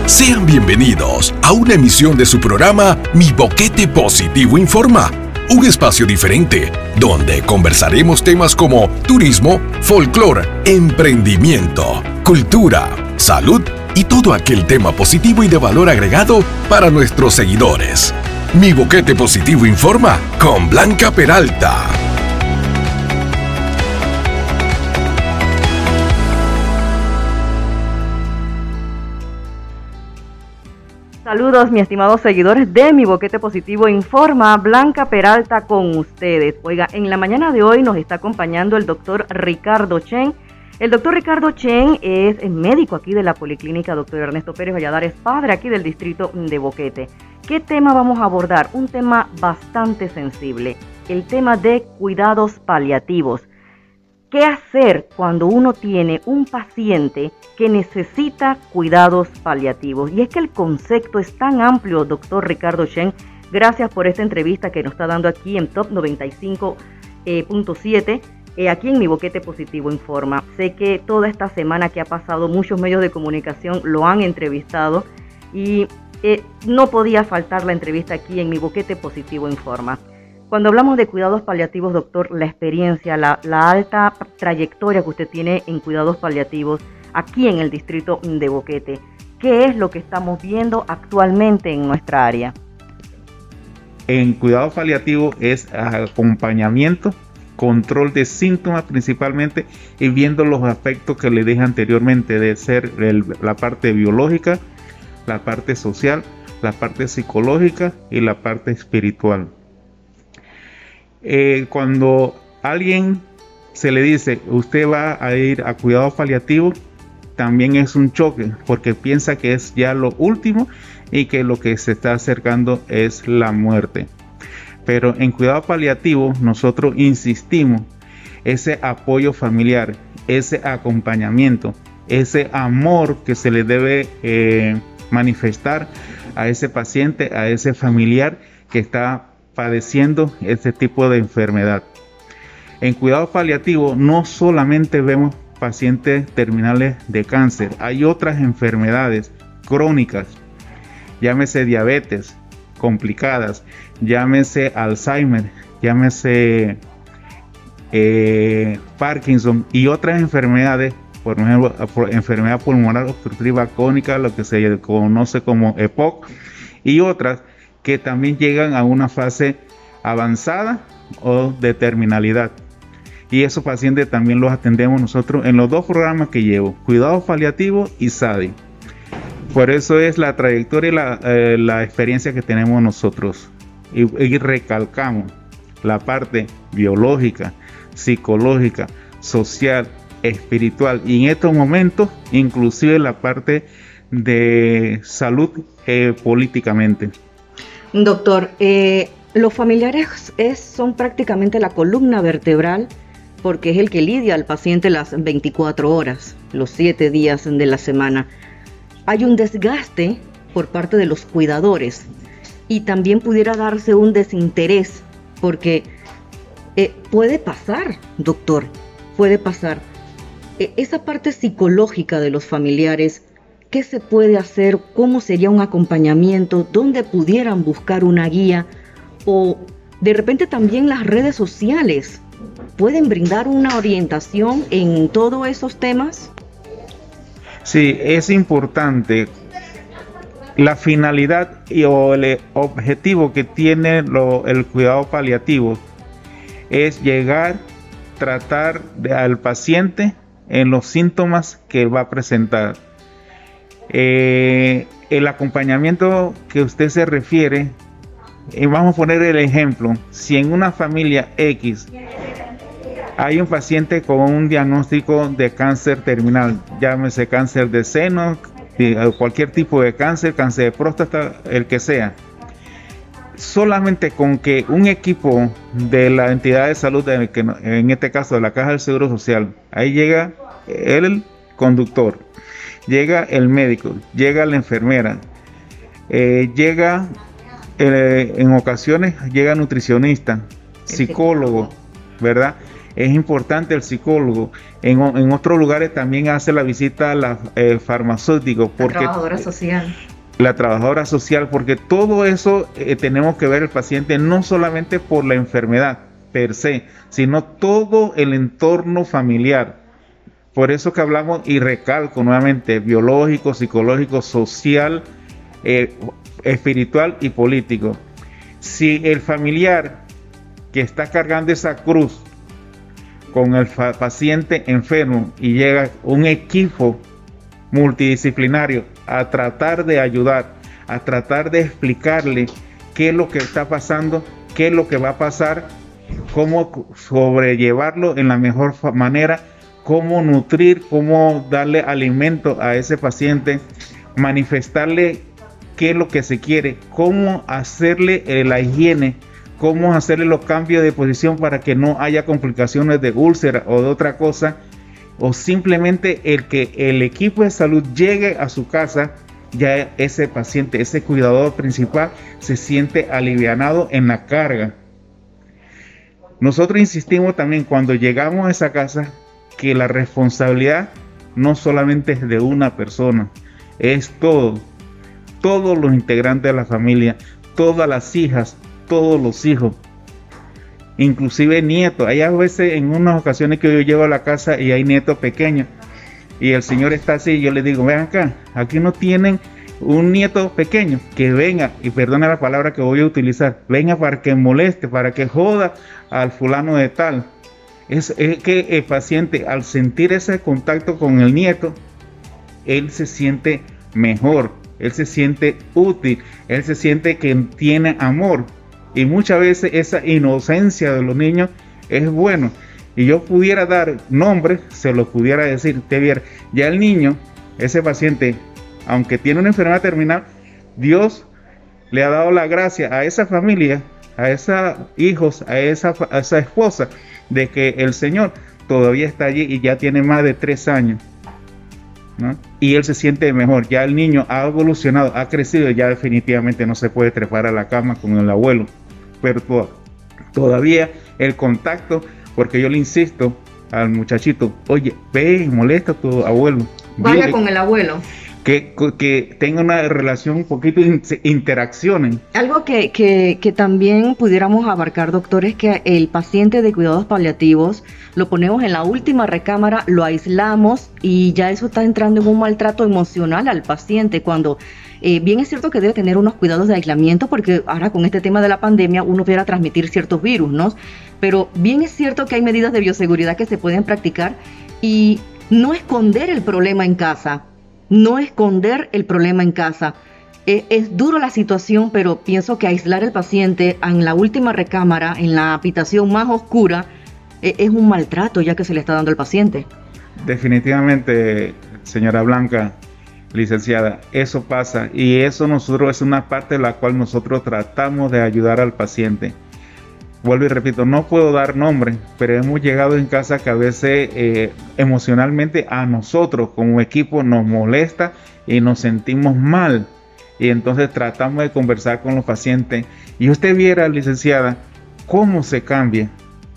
Sean bienvenidos a una emisión de su programa Mi Boquete Positivo Informa, un espacio diferente donde conversaremos temas como turismo, folclore, emprendimiento, cultura, salud y todo aquel tema positivo y de valor agregado para nuestros seguidores. Mi Boquete Positivo Informa con Blanca Peralta. Saludos, mis estimados seguidores de Mi Boquete Positivo Informa, Blanca Peralta con ustedes. Oiga, en la mañana de hoy nos está acompañando el doctor Ricardo Chen. El doctor Ricardo Chen es médico aquí de la Policlínica Dr. Ernesto Pérez Valladares, padre aquí del distrito de Boquete. ¿Qué tema vamos a abordar? Un tema bastante sensible, el tema de cuidados paliativos. ¿Qué hacer cuando uno tiene un paciente que necesita cuidados paliativos? Y es que el concepto es tan amplio, doctor Ricardo Chen. Gracias por esta entrevista que nos está dando aquí en Top 95.7, aquí en Mi Boquete Positivo Informa. Sé que toda esta semana que ha pasado, muchos medios de comunicación lo han entrevistado y no podía faltar la entrevista aquí en Mi Boquete Positivo Informa. Cuando hablamos de cuidados paliativos, doctor, la experiencia, la alta trayectoria que usted tiene en cuidados paliativos aquí en el distrito de Boquete, ¿qué es lo que estamos viendo actualmente en nuestra área? En cuidados paliativos es acompañamiento, control de síntomas principalmente y viendo los aspectos que le dije anteriormente de ser la parte biológica, la parte social, la parte psicológica y la parte espiritual. Cuando a alguien se le dice usted va a ir a cuidados paliativos, también es un choque porque piensa que es ya lo último y que lo que se está acercando es la muerte. Pero en cuidados paliativos nosotros insistimos ese apoyo familiar, ese acompañamiento, ese amor que se le debe manifestar a ese paciente, a ese familiar que está padeciendo este tipo de enfermedad. En cuidados paliativos no solamente vemos pacientes terminales de cáncer, hay otras enfermedades crónicas, llámese diabetes complicadas, llámese Alzheimer, llámese Parkinson y otras enfermedades, por ejemplo, enfermedad pulmonar obstructiva crónica, lo que se conoce como EPOC, y otras que también llegan a una fase avanzada o de terminalidad. Y esos pacientes también los atendemos nosotros en los dos programas que llevo, Cuidados Paliativos y SADI. Por eso es la trayectoria y la experiencia que tenemos nosotros. Y recalcamos la parte biológica, psicológica, social, espiritual y en estos momentos inclusive la parte de salud políticamente. Doctor, los familiares son prácticamente la columna vertebral porque es el que lidia al paciente las 24 horas, los 7 días de la semana. Hay un desgaste por parte de los cuidadores y también pudiera darse un desinterés porque puede pasar, doctor, puede pasar. Esa parte psicológica de los familiares, ¿qué se puede hacer? ¿Cómo sería un acompañamiento? ¿Dónde pudieran buscar una guía? O de repente también las redes sociales pueden brindar una orientación en todos esos temas. Sí, es importante. La finalidad o el objetivo que tiene el cuidado paliativo es llegar, tratar al paciente en los síntomas que va a presentar. El acompañamiento que usted se refiere, vamos a poner el ejemplo, si en una familia X hay un paciente con un diagnóstico de cáncer terminal, llámese cáncer de seno, cualquier tipo de cáncer, cáncer de próstata, el que sea, solamente con que un equipo de la entidad de salud, en este caso de la Caja del Seguro Social, ahí llega el conductor, llega el médico, llega la enfermera, llega en ocasiones llega nutricionista, psicólogo, ¿verdad? es importante el psicólogo. En otros lugares también hace la visita a la farmacéutico, porque la trabajadora social, porque todo eso tenemos que ver el paciente no solamente por la enfermedad per se, sino todo el entorno familiar. Por eso que hablamos, y recalco nuevamente, biológico, psicológico, social, espiritual y político. Si el familiar que está cargando esa cruz con el paciente enfermo y llega un equipo multidisciplinario a tratar de ayudar, a tratar de explicarle qué es lo que está pasando, qué es lo que va a pasar, cómo sobrellevarlo en la mejor manera, cómo nutrir, cómo darle alimento a ese paciente, manifestarle qué es lo que se quiere, cómo hacerle la higiene, cómo hacerle los cambios de posición para que no haya complicaciones de úlcera o de otra cosa, o simplemente el que el equipo de salud llegue a su casa, ya ese paciente, ese cuidador principal se siente alivianado en la carga. Nosotros insistimos también cuando llegamos a esa casa que la responsabilidad no solamente es de una persona, es todos los integrantes de la familia, todas las hijas, todos los hijos, inclusive nietos. Hay a veces en unas ocasiones que yo llego a la casa y hay nietos pequeños y el señor está así y yo le digo, ven acá, aquí no tienen un nieto pequeño, que venga, y perdone la palabra que voy a utilizar, venga para que moleste, para que joda al fulano de tal. Es que el paciente, al sentir ese contacto con el nieto, él se siente mejor, él se siente útil, él se siente que tiene amor. Y muchas veces esa inocencia de los niños es bueno. Y yo pudiera dar nombres, se los pudiera decir, te viera, ya el niño, ese paciente, aunque tiene una enfermedad terminal, Dios le ha dado la gracia a esa familia, a esos hijos, a esa esposa, de que el Señor todavía está allí y ya tiene más de 3 años, ¿no? Y él se siente mejor, ya el niño ha evolucionado, ha crecido, ya definitivamente no se puede trepar a la cama con el abuelo, pero todavía el contacto, porque yo le insisto al muchachito, oye, ve y molesta a tu abuelo, vaya con el abuelo, que tenga una relación un poquito, interaccionen. Algo que también pudiéramos abarcar, doctor, es que el paciente de cuidados paliativos lo ponemos en la última recámara, lo aislamos y ya eso está entrando en un maltrato emocional al paciente, cuando bien es cierto que debe tener unos cuidados de aislamiento, porque ahora con este tema de la pandemia uno pudiera transmitir ciertos virus, ¿no? Pero bien es cierto que hay medidas de bioseguridad que se pueden practicar y no esconder el problema en casa. No esconder el problema en casa. Es duro la situación, pero pienso que aislar al paciente en la última recámara, en la habitación más oscura, es un maltrato ya que se le está dando al paciente. Definitivamente, señora Blanca, licenciada, eso pasa y eso nosotros es una parte de la cual nosotros tratamos de ayudar al paciente. Vuelvo y repito, no puedo dar nombre, pero hemos llegado en casa que a veces emocionalmente a nosotros como equipo nos molesta y nos sentimos mal. Y entonces tratamos de conversar con los pacientes. Y usted viera, licenciada, cómo se cambia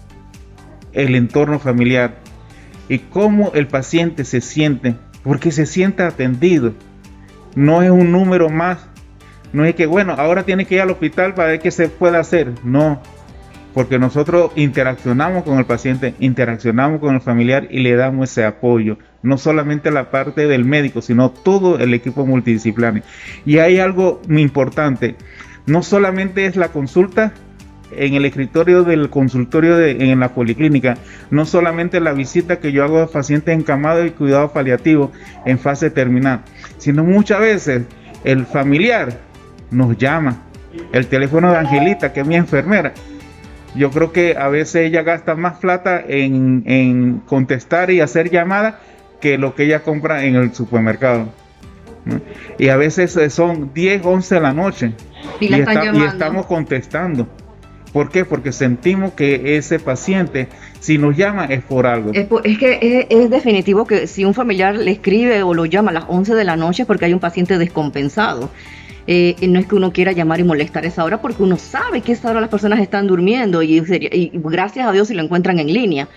el entorno familiar y cómo el paciente se siente, porque se siente atendido. No es un número más. No es que, bueno, ahora tiene que ir al hospital para ver qué se puede hacer. No. Porque nosotros interaccionamos con el paciente, interaccionamos con el familiar y le damos ese apoyo. No solamente la parte del médico, sino todo el equipo multidisciplinario. Y hay algo muy importante. No solamente es la consulta en el escritorio del consultorio en la policlínica. No solamente la visita que yo hago a pacientes encamados y cuidado paliativo en fase terminal. Sino muchas veces el familiar nos llama. El teléfono de Angelita, que es mi enfermera. Yo creo que a veces ella gasta más plata en contestar y hacer llamadas que lo que ella compra en el supermercado, ¿no? Y a veces son 10, 11 de la noche y estamos contestando. ¿Por qué? Porque sentimos que ese paciente, si nos llama, es por algo. Es que es definitivo que si un familiar le escribe o lo llama a las 11 de la noche porque hay un paciente descompensado. No es que uno quiera llamar y molestar a esa hora, porque uno sabe que a esa hora las personas están durmiendo y gracias a Dios si lo encuentran en línea.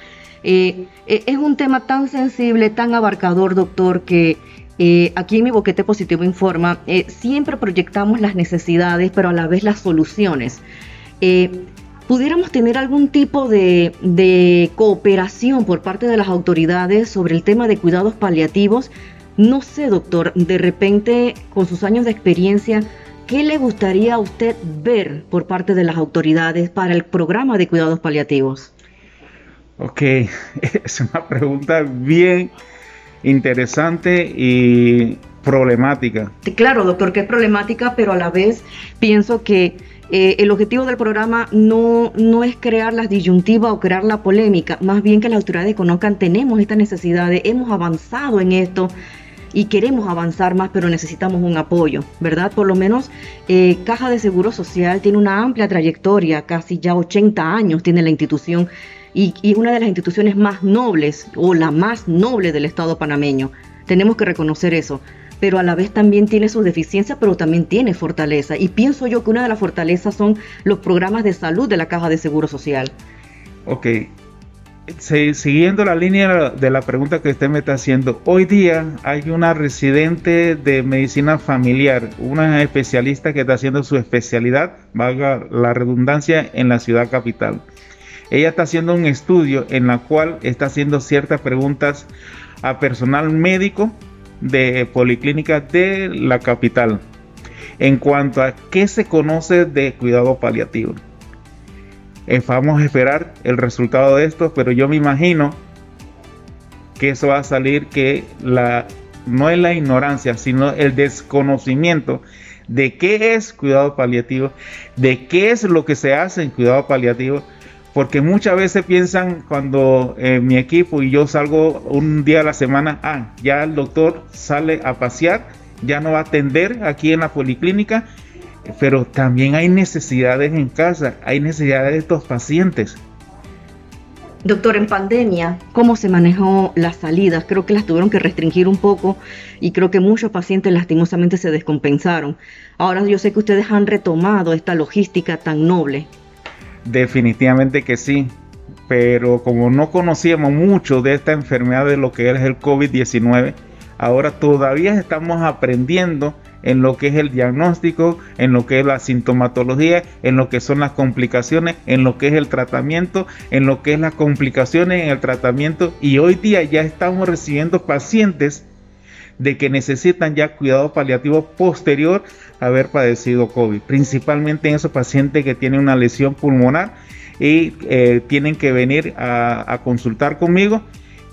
Es un tema tan sensible, tan abarcador, doctor, que aquí en Mi Boquete Positivo Informa siempre proyectamos las necesidades, pero a la vez las soluciones. ¿Pudiéramos tener algún tipo de cooperación por parte de las autoridades sobre el tema de cuidados paliativos? No sé, doctor, de repente, con sus años de experiencia, ¿qué le gustaría a usted ver por parte de las autoridades para el programa de cuidados paliativos? Ok, es una pregunta bien interesante y problemática. Claro, doctor, que es problemática, pero a la vez pienso que el objetivo del programa no es crear las disyuntivas o crear la polémica, más bien que las autoridades conozcan, tenemos estas necesidades, hemos avanzado en esto y queremos avanzar más, pero necesitamos un apoyo, ¿verdad? Por lo menos Caja de Seguro Social tiene una amplia trayectoria, casi ya 80 años tiene la institución, y una de las instituciones más nobles o la más noble del Estado panameño. Tenemos que reconocer eso, pero a la vez también tiene sus deficiencias, pero también tiene fortaleza. Y pienso yo que una de las fortalezas son los programas de salud de la Caja de Seguro Social. Ok, siguiendo la línea de la pregunta que usted me está haciendo, hoy día hay una residente de medicina familiar, una especialista que está haciendo su especialidad, valga la redundancia, en la ciudad capital. Ella está haciendo un estudio en la cual está haciendo ciertas preguntas a personal médico de policlínicas de la capital en cuanto a qué se conoce de cuidado paliativo. Vamos a esperar el resultado de esto, pero yo me imagino que eso va a salir que no es la ignorancia, sino el desconocimiento de qué es cuidado paliativo, de qué es lo que se hace en cuidado paliativo. Porque muchas veces piensan cuando mi equipo y yo salgo un día a la semana, ya el doctor sale a pasear, ya no va a atender aquí en la policlínica, pero también hay necesidades en casa, hay necesidades de estos pacientes. Doctor, en pandemia, ¿cómo se manejó las salidas? Creo que las tuvieron que restringir un poco y creo que muchos pacientes lastimosamente se descompensaron. Ahora yo sé que ustedes han retomado esta logística tan noble. Definitivamente que sí, pero como no conocíamos mucho de esta enfermedad de lo que es el COVID-19, ahora todavía estamos aprendiendo en lo que es el diagnóstico, en lo que es la sintomatología, en lo que son las complicaciones, en lo que es el tratamiento, en lo que es las complicaciones en el tratamiento, y hoy día ya estamos recibiendo pacientes de que necesitan ya cuidado paliativo posterior a haber padecido COVID, principalmente en esos pacientes que tienen una lesión pulmonar y tienen que venir a consultar conmigo,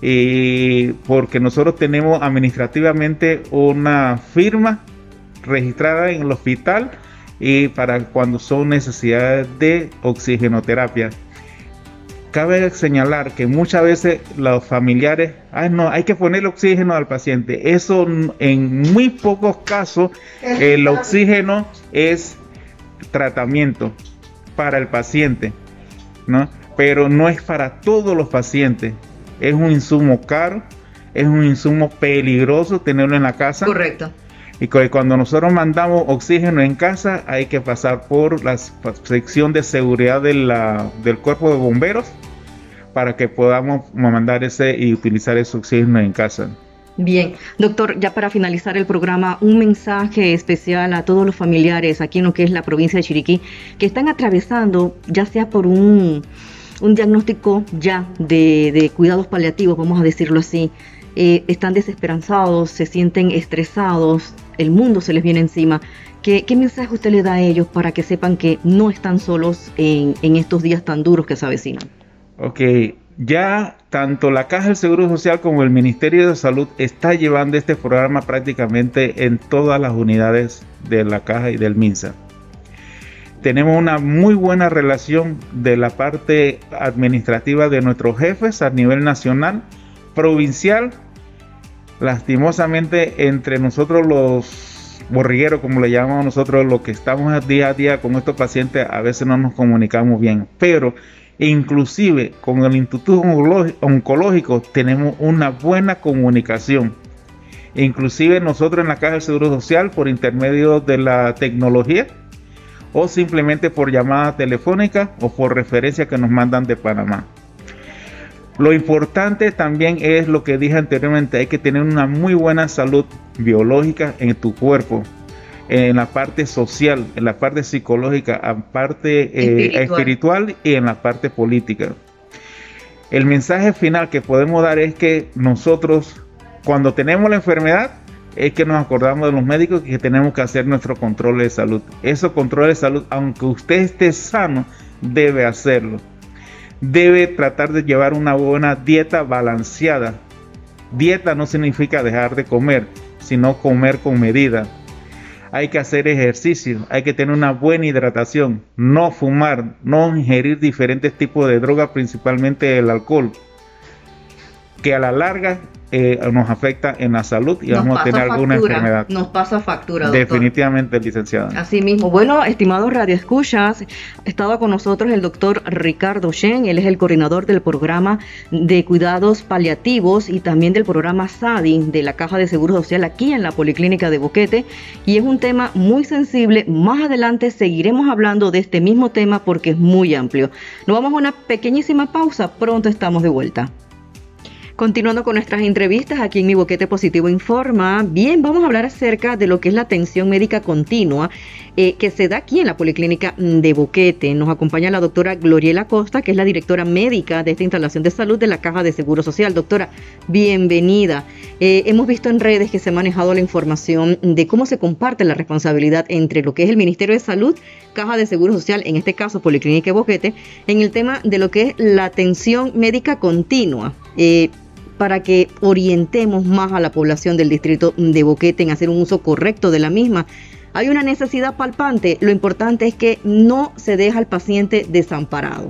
porque nosotros tenemos administrativamente una firma registrada en el hospital y para cuando son necesidades de oxigenoterapia. Cabe señalar que muchas veces los familiares, no, hay que ponerle oxígeno al paciente. Eso en muy pocos casos, el oxígeno es tratamiento para el paciente, ¿no? Pero no es para todos los pacientes. Es un insumo caro, es un insumo peligroso tenerlo en la casa. Correcto. Y cuando nosotros mandamos oxígeno en casa, hay que pasar por la sección de seguridad del cuerpo de bomberos para que podamos mandar y utilizar ese oxígeno en casa. Bien, doctor, ya para finalizar el programa, un mensaje especial a todos los familiares aquí en lo que es la provincia de Chiriquí, que están atravesando, ya sea por un diagnóstico ya de cuidados paliativos, vamos a decirlo así, están desesperanzados, se sienten estresados, el mundo se les viene encima. ¿Qué mensaje usted le da a ellos para que sepan que no están solos en estos días tan duros que se avecinan? Ok, ya tanto la Caja del Seguro Social como el Ministerio de Salud está llevando este programa prácticamente en todas las unidades de la Caja y del MINSA. Tenemos una muy buena relación de la parte administrativa de nuestros jefes a nivel nacional, provincial. Lastimosamente entre nosotros los borrigueros, como le llamamos nosotros, los que estamos día a día con estos pacientes, a veces no nos comunicamos bien, pero inclusive con el Instituto Oncológico tenemos una buena comunicación inclusive nosotros en la Caja del Seguro Social por intermedio de la tecnología o simplemente por llamada telefónica o por referencia que nos mandan de Panamá. Lo importante también es lo que dije anteriormente, hay que tener una muy buena salud biológica en tu cuerpo, en la parte social, en la parte psicológica, en la parte espiritual y en la parte política. El mensaje final que podemos dar es que nosotros, cuando tenemos la enfermedad, es que nos acordamos de los médicos que tenemos que hacer nuestro control de salud. Esos controles de salud, aunque usted esté sano, debe hacerlo. Debe tratar de llevar una buena dieta balanceada. Dieta no significa dejar de comer, sino comer con medida. Hay que hacer ejercicio, hay que tener una buena hidratación, no fumar, no ingerir diferentes tipos de drogas, principalmente el alcohol, que a la larga nos afecta en la salud y vamos a tener alguna enfermedad. Nos pasa factura, doctor. Definitivamente, licenciada. Así mismo. Bueno, estimados radioescuchas, estaba con nosotros el doctor Ricardo Shen. Él es el coordinador del programa de cuidados paliativos y también del programa SADI de la Caja de Seguro Social aquí en la Policlínica de Boquete. Y es un tema muy sensible. Más adelante seguiremos hablando de este mismo tema porque es muy amplio. Nos vamos a una pequeñísima pausa. Pronto estamos de vuelta. Continuando con nuestras entrevistas aquí en Mi Boquete Positivo Informa, bien, vamos a hablar acerca de lo que es la atención médica continua que se da aquí en la Policlínica de Boquete. Nos acompaña la doctora Gloriela Costa, que es la directora médica de esta instalación de salud de la Caja de Seguro Social. Doctora, bienvenida. Hemos visto en redes que se ha manejado la información de cómo se comparte la responsabilidad entre lo que es el Ministerio de Salud, Caja de Seguro Social, en este caso Policlínica de Boquete, en el tema de lo que es la atención médica continua. Para que orientemos más a la población del distrito de Boquete en hacer un uso correcto de la misma. Hay una necesidad palpante, lo importante es que no se deja al paciente desamparado.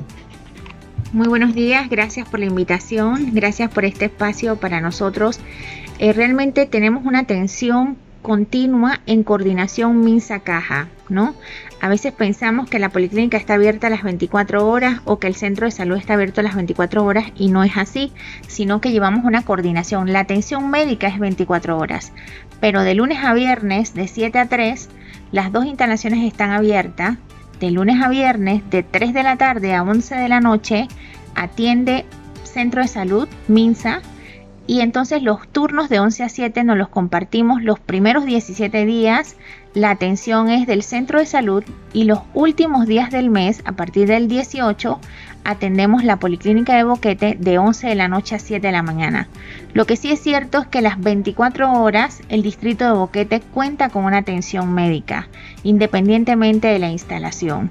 Muy buenos días, gracias por la invitación, gracias por este espacio para nosotros. Realmente tenemos una atención continua en coordinación MINSA-Caja, ¿no? A veces pensamos que la policlínica está abierta a las 24 horas o que el centro de salud está abierto a las 24 horas y no es así, sino que llevamos una coordinación. La atención médica es 24 horas, pero de lunes a viernes de 7 a 3, las dos instalaciones están abiertas. De lunes a viernes de 3 de la tarde a 11 de la noche atiende Centro de Salud, MINSA, y entonces los turnos de 11 a 7 nos los compartimos los primeros 17 días. La atención es del centro de salud y los últimos días del mes, a partir del 18, atendemos la Policlínica de Boquete de 11 de la noche a 7 de la mañana. Lo que sí es cierto es que las 24 horas el distrito de Boquete cuenta con una atención médica, independientemente de la instalación.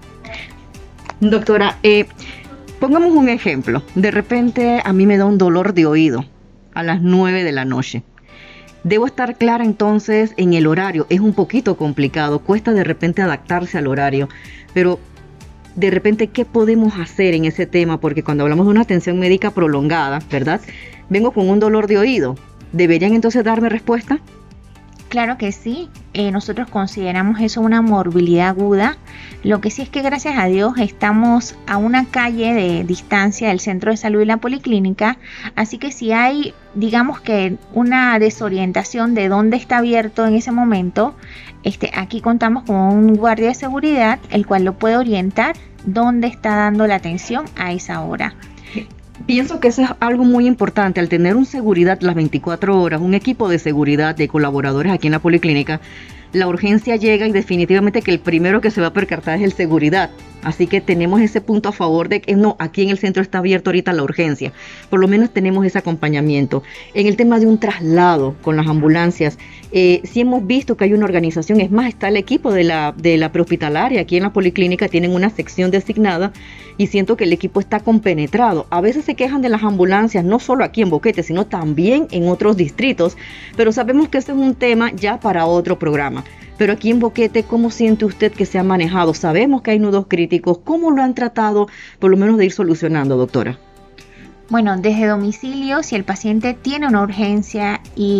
Doctora, pongamos un ejemplo. De repente a mí me da un dolor de oído a las 9 de la noche. Debo estar clara entonces en el horario. Es un poquito complicado, cuesta de repente adaptarse al horario, pero de repente, ¿qué podemos hacer en ese tema? Porque cuando hablamos de una atención médica prolongada, ¿verdad? Vengo con un dolor de oído. ¿Deberían entonces darme respuesta? Claro que sí, nosotros consideramos eso una morbilidad aguda. Lo que sí es que gracias a Dios estamos a una calle de distancia del centro de salud y la policlínica, así que si hay, digamos que una desorientación de dónde está abierto en ese momento, aquí contamos con un guardia de seguridad, el cual lo puede orientar dónde está dando la atención a esa hora. Pienso que eso es algo muy importante, al tener un seguridad las 24 horas, un equipo de seguridad de colaboradores aquí en la policlínica, la urgencia llega y definitivamente que el primero que se va a percatar es el seguridad. Así que tenemos ese punto a favor de que no, aquí en el centro está abierto ahorita la urgencia. Por lo menos tenemos ese acompañamiento. En el tema de un traslado con las ambulancias, sí hemos visto que hay una organización, es más, está el equipo de la prehospitalaria aquí en la policlínica, tienen una sección designada y siento que el equipo está compenetrado. A veces se quejan de las ambulancias, no solo aquí en Boquete, sino también en otros distritos, pero sabemos que ese es un tema ya para otro programa. Pero aquí en Boquete, ¿cómo siente usted que se ha manejado? Sabemos que hay nudos críticos. ¿Cómo lo han tratado, por lo menos de ir solucionando, doctora? Bueno, desde domicilio, si el paciente tiene una urgencia y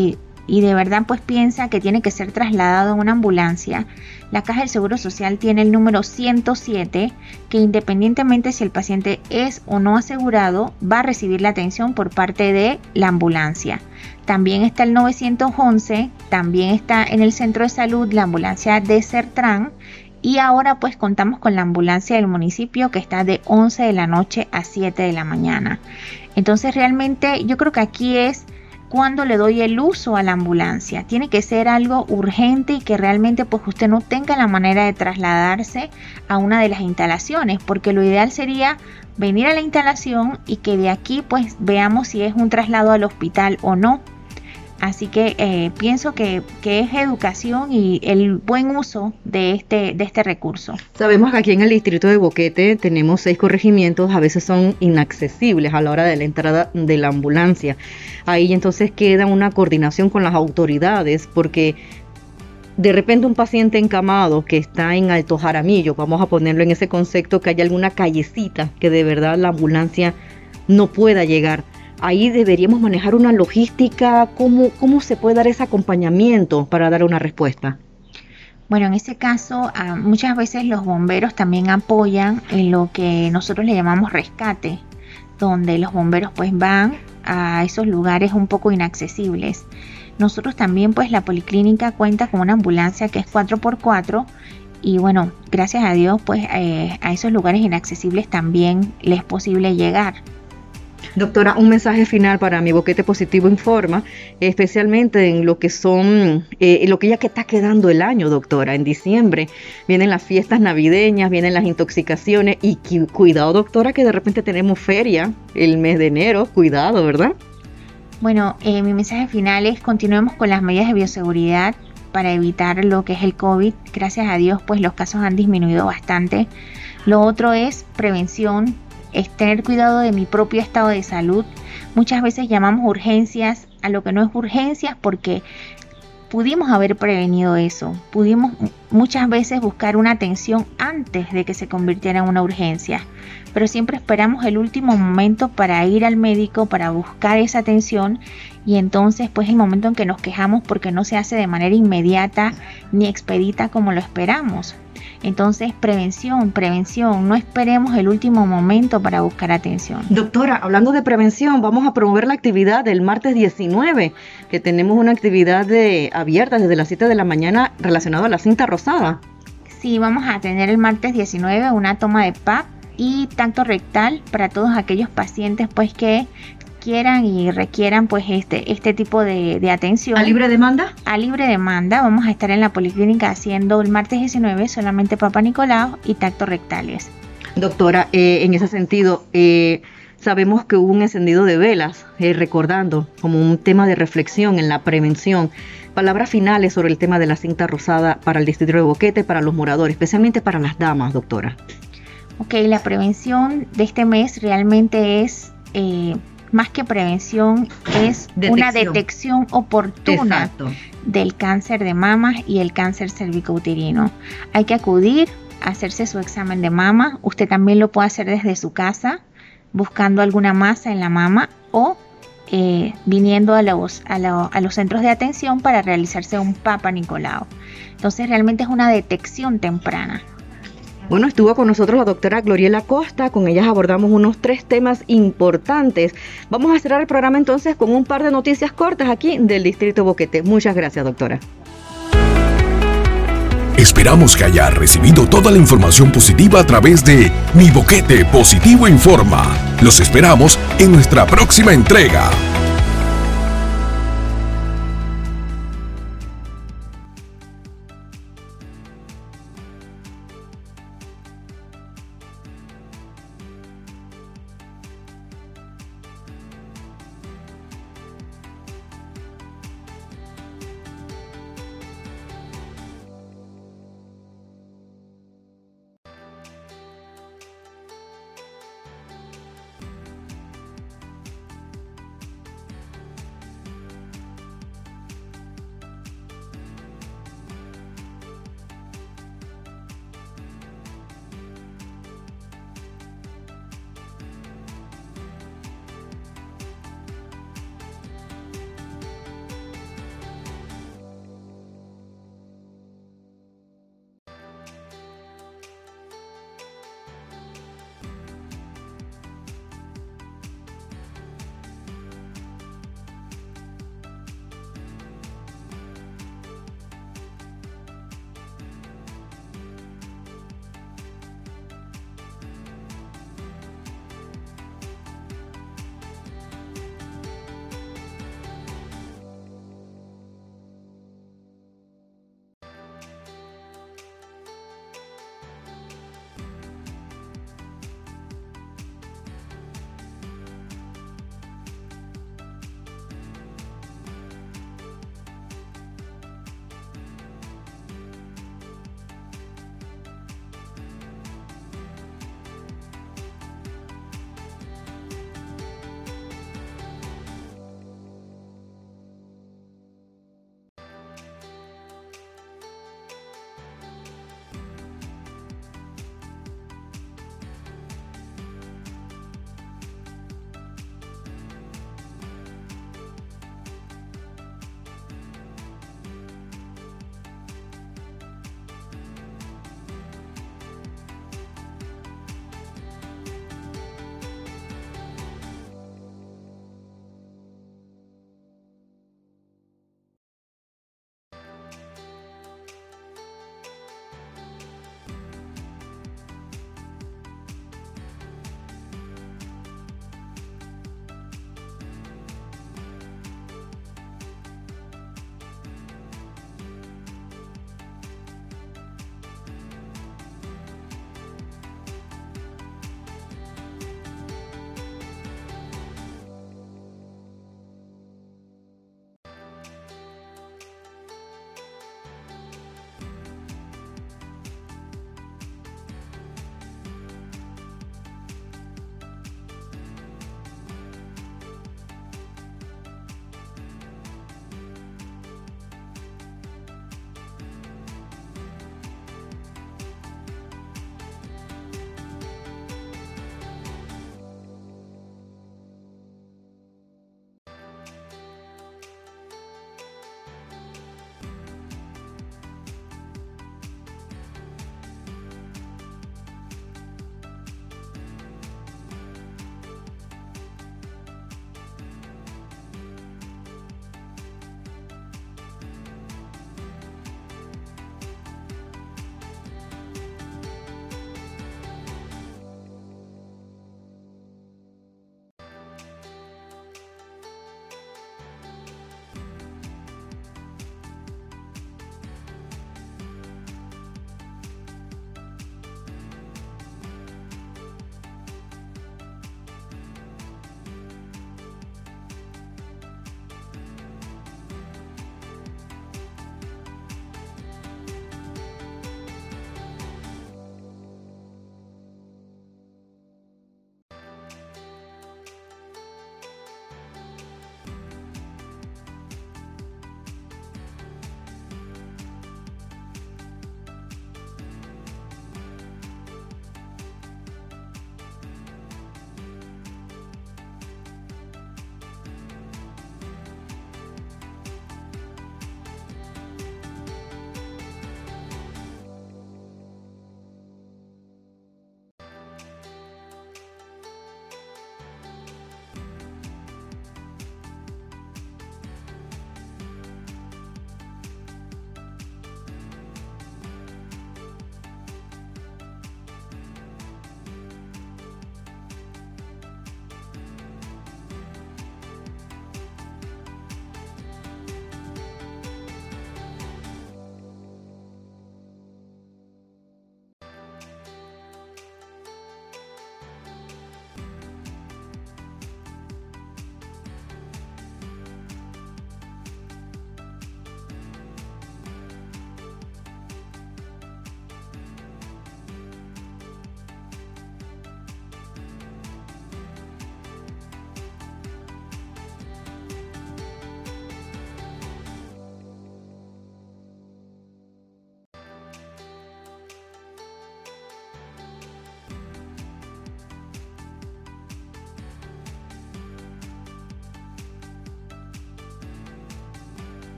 y de verdad pues piensa que tiene que ser trasladado en una ambulancia, la Caja del Seguro Social tiene el número 107, que independientemente si el paciente es o no asegurado, va a recibir la atención por parte de la ambulancia. También está el 911, también está en el centro de salud la ambulancia de Sertran, y ahora pues contamos con la ambulancia del municipio que está de 11 de la noche a 7 de la mañana. Entonces realmente yo creo que aquí es cuando le doy el uso a la ambulancia. Tiene que ser algo urgente y que realmente pues usted no tenga la manera de trasladarse a una de las instalaciones, porque lo ideal sería venir a la instalación y que de aquí pues veamos si es un traslado al hospital o no. Así que pienso que es educación y el buen uso de este recurso. Sabemos que aquí en el distrito de Boquete tenemos 6 corregimientos, a veces son inaccesibles a la hora de la entrada de la ambulancia. Ahí entonces queda una coordinación con las autoridades, porque de repente un paciente encamado que está en Alto Jaramillo, vamos a ponerlo en ese concepto, que haya alguna callecita que de verdad la ambulancia no pueda llegar. Ahí deberíamos manejar una logística. ¿Cómo se puede dar ese acompañamiento para dar una respuesta? Bueno, en ese caso, muchas veces los bomberos también apoyan en lo que nosotros le llamamos rescate, donde los bomberos pues van a esos lugares un poco inaccesibles. Nosotros también pues la policlínica cuenta con una ambulancia que es 4x4 y bueno, gracias a Dios pues a esos lugares inaccesibles también les es posible llegar. Doctora, un mensaje final para Mi Boquete Positivo Informa, especialmente en lo que son, lo que ya que está quedando el año, doctora. En diciembre vienen las fiestas navideñas, vienen las intoxicaciones y cuidado, doctora, que de repente tenemos feria el mes de enero, cuidado, ¿verdad? Bueno, mi mensaje final es continuemos con las medidas de bioseguridad para evitar lo que es el COVID. Gracias a Dios, pues los casos han disminuido bastante. Lo otro es prevención. Es tener cuidado de mi propio estado de salud. Muchas veces llamamos urgencias a lo que no es urgencias porque pudimos haber prevenido eso. Pudimos muchas veces buscar una atención antes de que se convirtiera en una urgencia. Pero siempre esperamos el último momento para ir al médico, para buscar esa atención. Y entonces pues el momento en que nos quejamos porque no se hace de manera inmediata ni expedita como lo esperamos. Entonces, prevención, no esperemos el último momento para buscar atención. Doctora, hablando de prevención, vamos a promover la actividad del martes 19, que tenemos una actividad abierta desde las 7 de la mañana relacionada a la cinta rosada. Sí, vamos a tener el martes 19 una toma de PAP y tacto rectal para todos aquellos pacientes pues que quieran y requieran pues este tipo de atención. ¿A libre demanda? A libre demanda. Vamos a estar en la policlínica haciendo el martes 19 solamente Papa Nicolau y tacto rectales. Doctora, en ese sentido, sabemos que hubo un encendido de velas, recordando como un tema de reflexión en la prevención. Palabras finales sobre el tema de la cinta rosada para el distrito de Boquete, para los moradores, especialmente para las damas, doctora. Ok, la prevención de este mes realmente es... más que prevención, es una detección oportuna. Exacto. Del cáncer de mama y el cáncer cervicouterino. Hay que acudir a hacerse su examen de mama. Usted también lo puede hacer desde su casa, buscando alguna masa en la mama o viniendo a los centros de atención para realizarse un Papa Nicolau. Entonces realmente es una detección temprana. Bueno, estuvo con nosotros la doctora Gloriela Costa, con ellas abordamos unos 3 temas importantes. Vamos a cerrar el programa entonces con un par de noticias cortas aquí del Distrito Boquete. Muchas gracias, doctora. Esperamos que haya recibido toda la información positiva a través de Mi Boquete Positivo Informa. Los esperamos en nuestra próxima entrega.